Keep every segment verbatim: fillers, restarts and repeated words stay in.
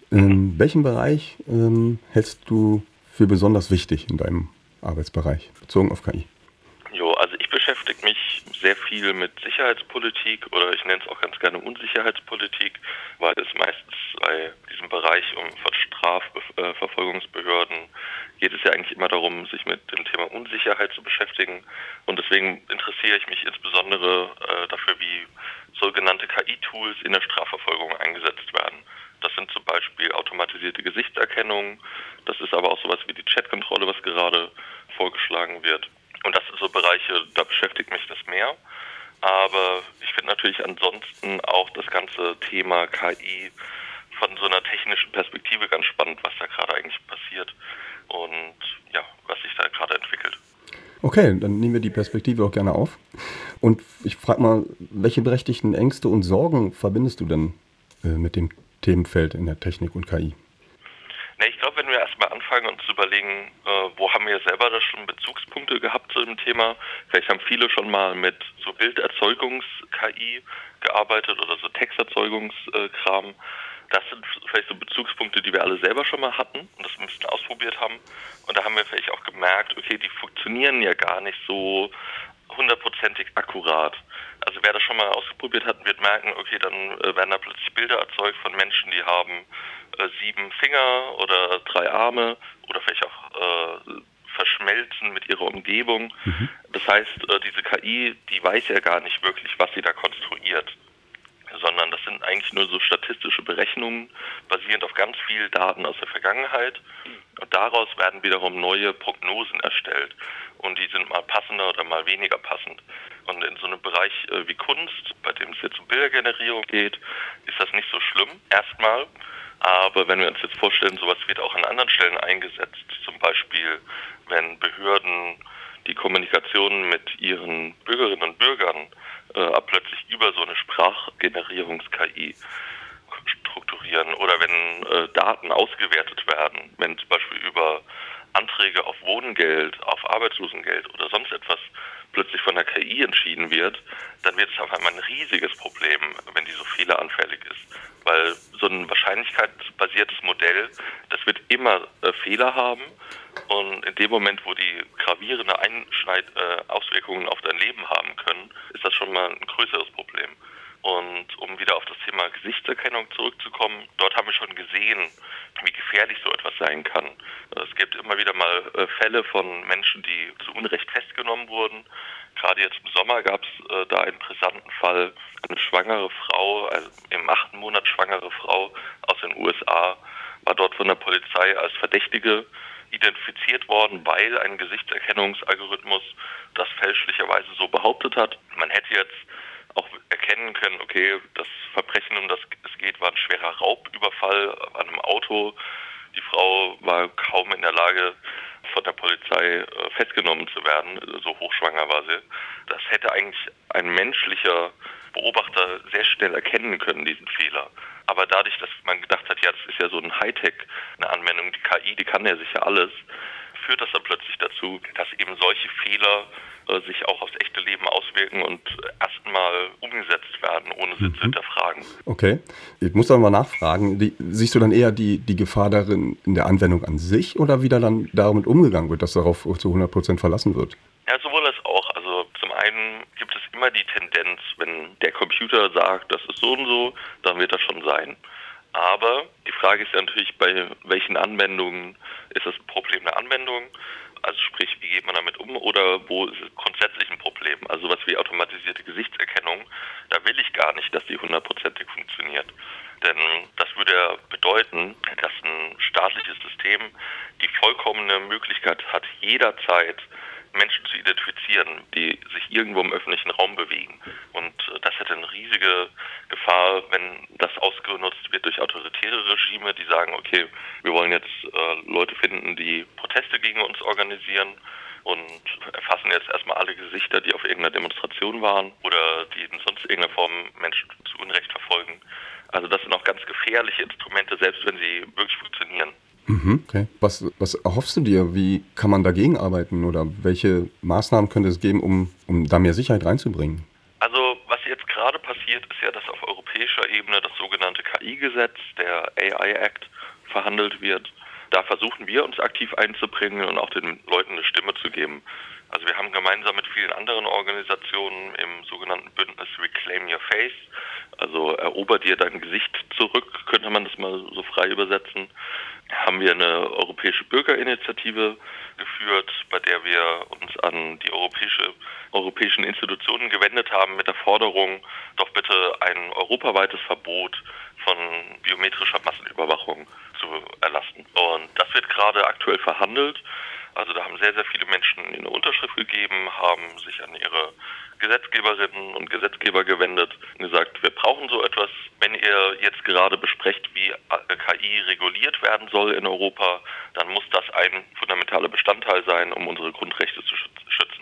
In welchem Bereich ähm, hältst du für besonders wichtig in deinem Arbeitsbereich, bezogen auf K I? Jo, also ich beschäftige mich sehr viel mit Sicherheitspolitik oder ich nenne es auch ganz gerne Unsicherheitspolitik, weil es meistens bei diesem Bereich um Strafverfolgungsbehörden geht es ja eigentlich immer darum, sich mit dem Thema Unsicherheit zu beschäftigen. Und deswegen interessiere ich mich insbesondere äh, dafür, wie sogenannte K I-Tools in der Strafverfolgung eingesetzt werden. Das sind zum Beispiel automatisierte Gesichtserkennung, das ist aber auch sowas wie die Chatkontrolle, was gerade vorgeschlagen wird. Und das sind so Bereiche, da beschäftigt mich das mehr. Aber ich finde natürlich ansonsten auch das ganze Thema K I von so einer technischen Perspektive ganz spannend, was da gerade eigentlich passiert und ja, was sich da gerade entwickelt. Okay, dann nehmen wir die Perspektive auch gerne auf. Und ich frage mal, welche berechtigten Ängste und Sorgen verbindest du denn äh, mit dem Themenfeld in der Technik und K I? Na, ich glaube, wenn wir erstmal anfangen und zu überlegen, äh, wo haben wir selber da schon Bezugspunkte gehabt zu dem Thema, vielleicht haben viele schon mal mit so Bilderzeugungs-K I gearbeitet oder so Texterzeugungs-Kram. Das sind vielleicht so Bezugspunkte, die wir alle selber schon mal hatten und das ein bisschen ausprobiert haben. Und da haben wir vielleicht auch gemerkt, okay, die funktionieren ja gar nicht so hundertprozentig akkurat. Also wer das schon mal ausprobiert hat, wird merken, okay, dann äh, werden da plötzlich Bilder erzeugt von Menschen, die haben äh, sieben Finger oder drei Arme oder vielleicht auch äh, verschmelzen mit ihrer Umgebung. Mhm. Das heißt, äh, diese K I, die weiß ja gar nicht wirklich, was sie da konstruiert, sondern das sind eigentlich nur so statistische Berechnungen, basierend auf ganz vielen Daten aus der Vergangenheit. Und daraus werden wiederum neue Prognosen erstellt. Und die sind mal passender oder mal weniger passend. Und in so einem Bereich äh, wie Kunst, bei dem es jetzt um Bildergenerierung geht, ist das nicht so schlimm, erstmal. Aber wenn wir uns jetzt vorstellen, sowas wird auch an anderen Stellen eingesetzt, zum Beispiel wenn Behörden die Kommunikation mit ihren Bürgerinnen und Bürgern äh, plötzlich über so eine Sprachgenerierungs-K I strukturieren oder wenn äh, Daten ausgewertet werden, wenn zum Beispiel über Anträge auf Wohngeld, auf Arbeitslosengeld oder sonst etwas plötzlich von der K I entschieden wird, dann wird es auf einmal ein riesiges Problem, wenn die so fehleranfällig ist. Weil so ein wahrscheinlichkeitsbasiertes Modell, das wird immer äh, Fehler haben und in dem Moment, wo die gravierende Einschneid äh, Auswirkungen auf dein Leben haben können, ist das schon mal ein größeres Problem. Und um wieder auf das Thema Gesichtserkennung zurückzukommen, dort haben wir schon gesehen, wie gefährlich so etwas sein kann. Es gibt immer wieder mal äh, Fälle von Menschen, die zu Unrecht festgenommen wurden. Gerade jetzt im Sommer gab es äh, da einen brisanten Fall. Eine schwangere Frau, also im achten Monat schwangere Frau aus den U S A, war dort von der Polizei als Verdächtige identifiziert worden, weil ein Gesichtserkennungsalgorithmus das fälschlicherweise so behauptet hat. Man hätte jetzt auch erkennen können, okay, das Verbrechen, um das es geht, war ein schwerer Raubüberfall an einem Auto. Die Frau war kaum in der Lage, von der Polizei äh, festgenommen zu werden, so hochschwanger war sie. Das hätte eigentlich ein menschlicher Beobachter sehr schnell erkennen können, diesen Fehler. Aber dadurch, dass man gedacht hat, ja, das ist ja so ein Hightech, eine Anwendung, die K I, die kann ja sicher alles, führt das dann plötzlich dazu, dass eben solche Fehler äh, sich auch aufs echte Leben auswirken und erstmal umgesetzt werden, ohne sie Mhm. zu hinterfragen. Okay, ich muss aber mal nachfragen, die, siehst du dann eher die, die Gefahr darin in der Anwendung an sich oder wie da dann damit umgegangen wird, dass darauf zu hundert Prozent verlassen wird? Ja, sowohl als auch. Also zum einen gibt es immer die Tendenz, wenn der Computer sagt, das ist so und so, dann wird das schon sein. Aber die Frage ist ja natürlich, bei welchen Anwendungen ist das ein Problem der Anwendung? Also sprich, wie geht man damit um oder wo ist es grundsätzlich ein Problem? Also was wie automatisierte Gesichtserkennung, da will ich gar nicht, dass die hundertprozentig funktioniert. Denn das würde ja bedeuten, dass ein staatliches System die vollkommene Möglichkeit hat, jederzeit Menschen zu identifizieren, die sich irgendwo im öffentlichen Raum bewegen. Und das hätte eine riesige Gefahr, wenn das ausgenutzt wird durch autoritäre Regime, die sagen, okay, wir wollen jetzt äh, Leute finden, die Proteste gegen uns organisieren und erfassen jetzt erstmal alle Gesichter, die auf irgendeiner Demonstration waren oder die in sonst irgendeiner Form Menschen zu Unrecht verfolgen. Also das sind auch ganz gefährliche Instrumente, selbst wenn sie wirklich funktionieren. Mhm, okay. Was, was erhoffst du dir? Wie kann man dagegen arbeiten oder welche Maßnahmen könnte es geben, um, um da mehr Sicherheit reinzubringen? Also was jetzt gerade passiert, passiert, ist ja, dass auf europäischer Ebene das sogenannte K I-Gesetz, der A I-Act, verhandelt wird. Da versuchen wir uns aktiv einzubringen und auch den Leuten eine Stimme zu geben. Also wir haben gemeinsam mit vielen anderen Organisationen im sogenannten Bündnis Reclaim Your Face, also erober dir dein Gesicht zurück, könnte man das mal so frei übersetzen, haben wir eine europäische Bürgerinitiative geführt, bei der wir uns an die europäische, europäischen Institutionen gewendet haben mit der Forderung, doch bitte ein europaweites Verbot von biometrischer Massenüberwachung zu erlassen. Und das wird gerade aktuell verhandelt. Also da haben sehr, sehr viele Menschen eine Unterschrift gegeben, haben sich an ihre Gesetzgeberinnen und Gesetzgeber gewendet und gesagt, wir brauchen so etwas. Wenn ihr jetzt gerade besprecht, wie K I reguliert werden soll in Europa, dann muss das ein fundamentaler Bestandteil sein, um unsere Grundrechte zu schützen.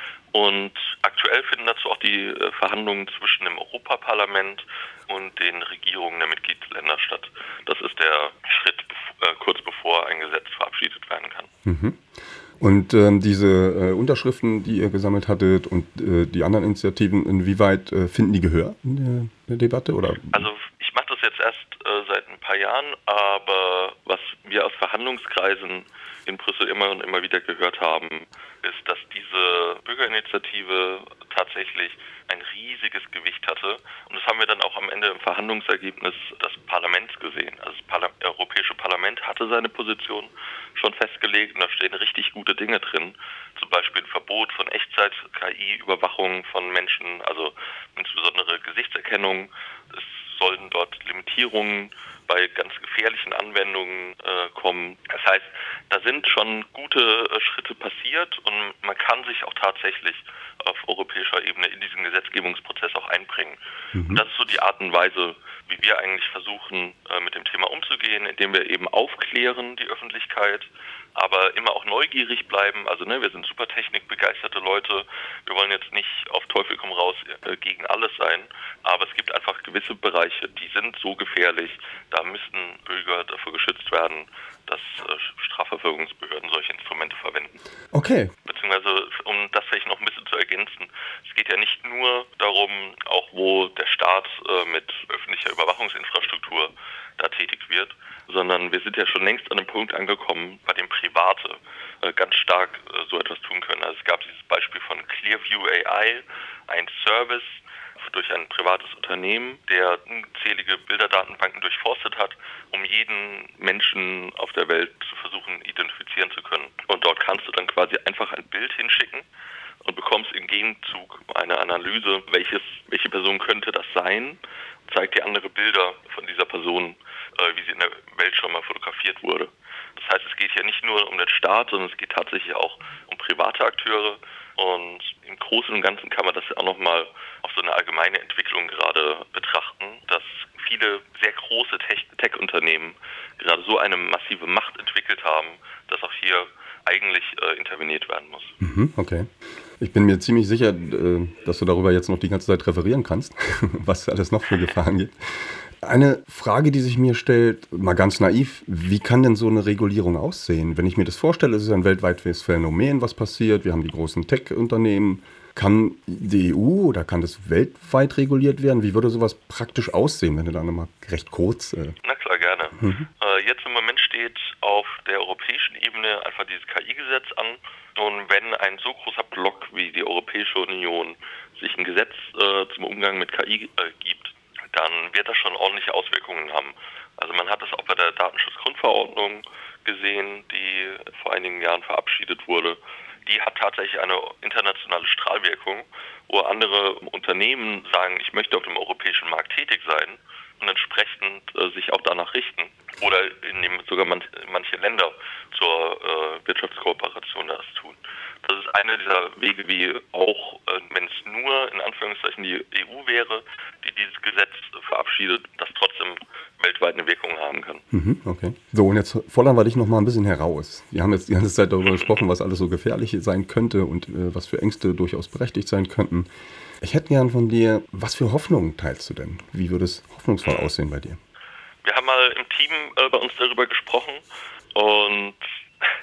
Und aktuell finden dazu auch die Verhandlungen zwischen dem Europaparlament und den Regierungen der Mitgliedsländer statt. Das ist der Schritt äh, kurz bevor ein Gesetz verabschiedet werden kann. Mhm. Und ähm, diese äh, Unterschriften, die ihr gesammelt hattet und äh, die anderen Initiativen, inwieweit äh, finden die Gehör in der, in der Debatte? Oder? Also ich mache das jetzt erst äh, seit ein paar Jahren, aber was wir aus Verhandlungskreisen in Brüssel immer und immer wieder gehört haben, ist, dass diese Bürgerinitiative tatsächlich ein riesiges Gewicht hatte. Und das haben wir dann auch am Ende im Verhandlungsergebnis des Parlaments gesehen. Also das Parla- Europäische Parlament hatte seine Position schon festgelegt und da stehen richtig gute Dinge drin. Zum Beispiel ein Verbot von Echtzeit-K I-Überwachung von Menschen, also insbesondere Gesichtserkennung. Es sollen dort Limitierungen bei ganz gefährlichen Anwendungen äh, kommen. Das heißt, da sind schon gute äh, Schritte passiert und man kann sich auch tatsächlich auf europäischer Ebene in diesen Gesetzgebungsprozess auch einbringen. Mhm. Und das ist so die Art und Weise, wie wir eigentlich versuchen, äh, mit dem Thema umzugehen, indem wir eben aufklären, die Öffentlichkeit, aber immer auch neugierig bleiben. Also ne, wir sind super technikbegeisterte Leute. Wir wollen jetzt nicht auf Teufel komm raus äh, gegen alles sein, aber es gibt einfach gewisse Bereiche, die sind so gefährlich, da müssen Bürger davor geschützt werden, dass äh, Strafverfolgungsbehörden solche Instrumente verwenden. Okay. Beziehungsweise, um das vielleicht noch ein bisschen zu ergänzen, es geht ja nicht nur darum, auch wo der Staat äh, mit öffentlicher Überwachungsinfrastruktur da tätig wird, sondern wir sind ja schon längst an einem Punkt angekommen, bei dem Private äh, ganz stark äh, so etwas tun können. Also es gab dieses Beispiel von Clearview A I, ein Service durch ein privates Unternehmen, der unzählige Bilderdatenbanken durchforstet hat, um jeden Menschen auf der Welt zu versuchen, identifizieren zu können. Und dort kannst du dann quasi einfach ein Bild hinschicken und bekommst im Gegenzug eine Analyse, welches, welche Person könnte das sein, zeigt dir andere Bilder von dieser Person, äh, wie sie in der Welt schon mal fotografiert wurde. Das heißt, es geht hier nicht nur um den Staat, sondern es geht tatsächlich auch um private Akteure. Und im Großen und Ganzen kann man das auch nochmal auf so eine allgemeine Entwicklung gerade betrachten, dass viele sehr große Tech- Tech-Unternehmen gerade so eine massive Macht entwickelt haben, dass auch hier eigentlich äh, interveniert werden muss. Mhm, okay. Ich bin mir ziemlich sicher, äh, dass du darüber jetzt noch die ganze Zeit referieren kannst, was alles noch für Gefahren gibt. Eine Frage, die sich mir stellt, mal ganz naiv, wie kann denn so eine Regulierung aussehen? Wenn ich mir das vorstelle, es ist ein weltweites Phänomen, was passiert. Wir haben die großen Tech-Unternehmen. Kann die E U oder kann das weltweit reguliert werden? Wie würde sowas praktisch aussehen, wenn du da nochmal recht kurz... Äh Na klar, gerne. Mhm. Äh, jetzt im Moment steht auf der europäischen Ebene einfach dieses K I-Gesetz an. Und wenn ein so großer Block wie die Europäische Union sich ein Gesetz äh, zum Umgang mit K I äh, gibt, dann wird das schon ordentliche Auswirkungen haben. Also man hat es auch bei der Datenschutzgrundverordnung gesehen, die vor einigen Jahren verabschiedet wurde. Die hat tatsächlich eine internationale Strahlwirkung, wo andere Unternehmen sagen, ich möchte auf dem europäischen Markt tätig sein und entsprechend äh, sich auch danach richten. Oder indem sogar man, manche Länder zur äh, Wirtschaftskooperation das tun. Das ist einer dieser Wege, wie auch, äh, wenn es nur in Anführungszeichen die E U wäre, die dieses Gesetz verabschiedet, das trotzdem weltweit eine Wirkung haben kann. Mhm, okay. So, und jetzt fordern wir dich noch mal ein bisschen heraus. Wir haben jetzt die ganze Zeit darüber gesprochen, was alles so gefährlich sein könnte und äh, was für Ängste durchaus berechtigt sein könnten. Ich hätte gern von dir, was für Hoffnungen teilst du denn? Wie würde es hoffnungsvoll aussehen bei dir? Wir haben mal im Team äh, bei uns darüber gesprochen und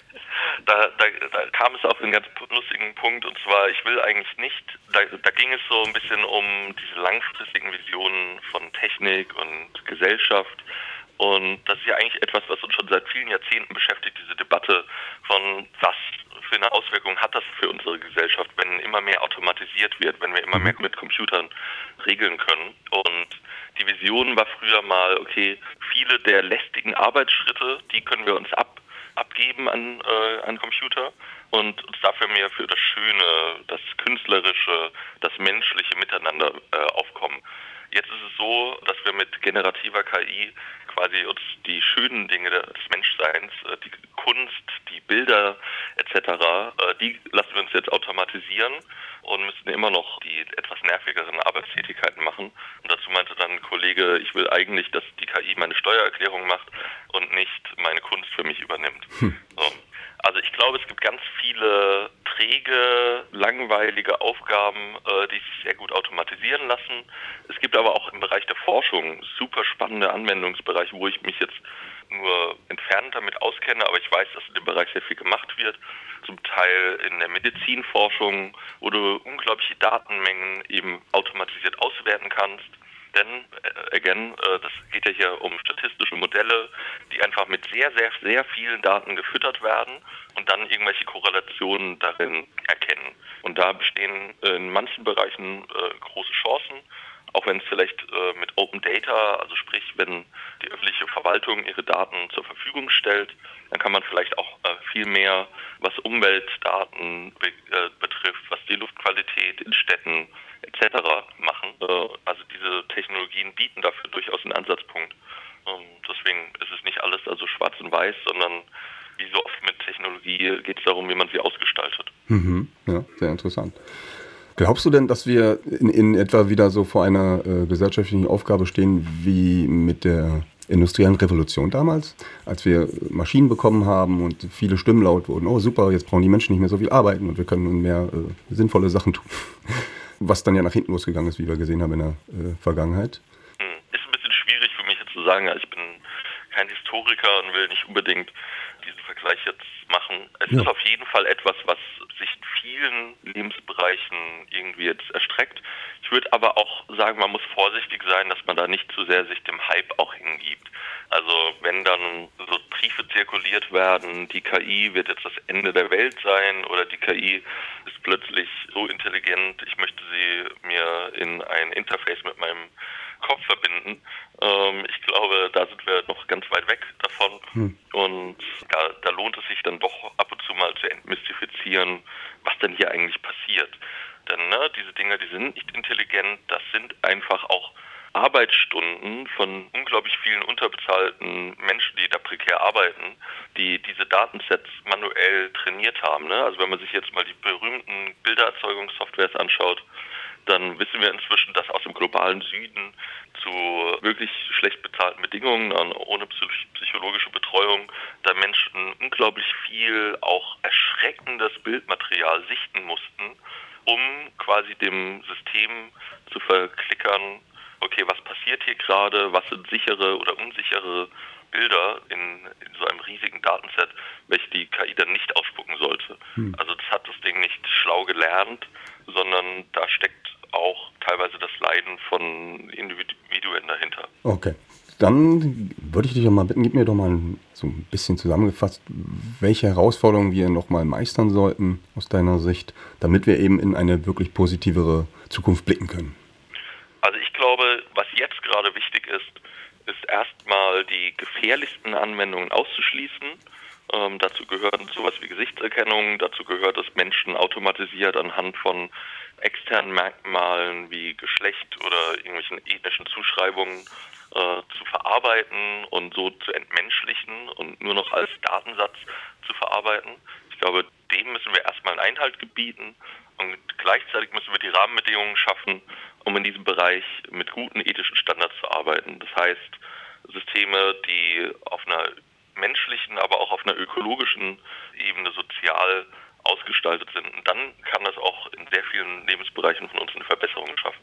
da, da, da kam es auf einen ganz lustigen Punkt, und zwar, ich will eigentlich nicht, da, da ging es so ein bisschen um diese langfristigen Visionen von Technik und Gesellschaft. Und das ist ja eigentlich etwas, was uns schon seit vielen Jahrzehnten beschäftigt, diese Debatte von, was für eine Auswirkung hat das für unsere Gesellschaft, wenn immer mehr automatisiert wird, wenn wir immer mehr mit Computern regeln können. Und die Vision war früher mal, okay, viele der lästigen Arbeitsschritte, die können wir uns ab, abgeben an, äh, an Computer und uns dafür mehr für das Schöne, das Künstlerische, das menschliche Miteinander äh, aufkommen. Jetzt ist es so, dass wir mit generativer K I quasi uns die schönen Dinge des Menschseins, die Kunst, die Bilder et cetera, die lassen wir uns jetzt automatisieren und müssen immer noch die etwas nervigeren Arbeitstätigkeiten machen. Und dazu meinte dann ein Kollege, ich will eigentlich, dass die K I meine Steuererklärung macht und nicht meine Kunst für mich übernimmt. Hm. So. Also ich glaube, es gibt ganz viele träge, langweilige Aufgaben, äh, die sich sehr gut automatisieren lassen. Es gibt aber auch im Bereich der Forschung super spannende Anwendungsbereiche, wo ich mich jetzt nur entfernt damit auskenne, aber ich weiß, dass in dem Bereich sehr viel gemacht wird. Zum Teil in der Medizinforschung, wo du unglaubliche Datenmengen eben automatisiert auswerten kannst. Denn, äh, again, äh, das geht ja hier um statistische Modelle, die einfach mit sehr, sehr, sehr vielen Daten gefüttert werden und dann irgendwelche Korrelationen darin erkennen. Und da bestehen äh, in manchen Bereichen äh, große Chancen, auch wenn es vielleicht äh, mit Open Data, also sprich, wenn die öffentliche Verwaltung ihre Daten zur Verfügung stellt, dann kann man vielleicht auch äh, viel mehr, was Umweltdaten be äh, betrifft, was die Luftqualität in Städten et cetera machen. Äh, also diese Technologien bieten dafür durchaus einen Ansatzpunkt. Ähm, deswegen ist es nicht alles also schwarz und weiß, sondern wie so oft mit Technologie geht es darum, wie man sie ausgestaltet. Mhm. Ja, sehr interessant. Glaubst du denn, dass wir in, in etwa wieder so vor einer äh, gesellschaftlichen Aufgabe stehen wie mit der industriellen Revolution damals, als wir Maschinen bekommen haben und viele Stimmen laut wurden, oh super, jetzt brauchen die Menschen nicht mehr so viel arbeiten und wir können nun mehr äh, sinnvolle Sachen tun. Was dann ja nach hinten losgegangen ist, wie wir gesehen haben in der äh, Vergangenheit. Ist ein bisschen schwierig für mich jetzt zu sagen. Ich bin kein Historiker und will nicht unbedingt diesen Vergleich jetzt machen. Es ja. ist auf jeden Fall etwas, was sich in vielen Lebensbereichen irgendwie jetzt erstreckt. Ich würde aber auch sagen, man muss vorsichtig sein, dass man da nicht zu sehr sich dem Hype auch hingibt. Also wenn dann so Briefe zirkuliert werden, die K I wird jetzt das Ende der Welt sein oder die K I ist plötzlich so intelligent, ich möchte sie mir in ein Interface mit meinem Kopf verbinden. Ähm, ich glaube, da sind wir noch ganz weit weg davon. Hm. Und da, da lohnt es sich dann doch ab und zu mal zu entmystifizieren, was denn hier eigentlich passiert. Denn ne, diese Dinge, die sind nicht intelligent, das sind einfach auch Arbeitsstunden von unglaublich vielen unterbezahlten Menschen, die da prekär arbeiten, die diese Datensets manuell trainiert haben. Ne? Also wenn man sich jetzt mal die berühmten Bildererzeugungssoftwares anschaut, dann wissen wir inzwischen, dass aus dem globalen Süden zu wirklich schlecht bezahlten Bedingungen, ohne psychologische Betreuung, da Menschen unglaublich viel auch erschreckendes Bildmaterial sichten mussten, um quasi dem System zu verklickern, okay, was passiert hier gerade, was sind sichere oder unsichere Bilder in, in so einem riesigen Datenset, welche die K I dann nicht ausspucken sollte. Hm. Also das hat das Ding nicht schlau gelernt, sondern da steckt auch teilweise das Leiden von Individuen dahinter. Okay, dann würde ich dich doch mal bitten, gib mir doch mal so ein bisschen zusammengefasst, welche Herausforderungen wir noch mal meistern sollten aus deiner Sicht, damit wir eben in eine wirklich positivere Zukunft blicken können. Also ich glaube, was jetzt gerade wichtig ist, ist erstmal die gefährlichsten Anwendungen auszuschließen. Ähm, dazu gehören sowas wie Gesichtserkennung, dazu gehört, dass Menschen automatisiert anhand von externen Merkmalen wie Geschlecht oder irgendwelchen ethnischen Zuschreibungen äh, zu verarbeiten und so zu entmenschlichen und nur noch als Datensatz zu verarbeiten. Ich glaube, dem müssen wir erstmal einen Einhalt gebieten und gleichzeitig müssen wir die Rahmenbedingungen schaffen, um in diesem Bereich mit guten ethischen Standards zu arbeiten. Das heißt, Systeme, die auf einer menschlichen, aber auch auf einer ökologischen Ebene sozial ausgestaltet sind. Und dann kann das auch in sehr vielen Lebensbereichen von uns eine Verbesserung schaffen.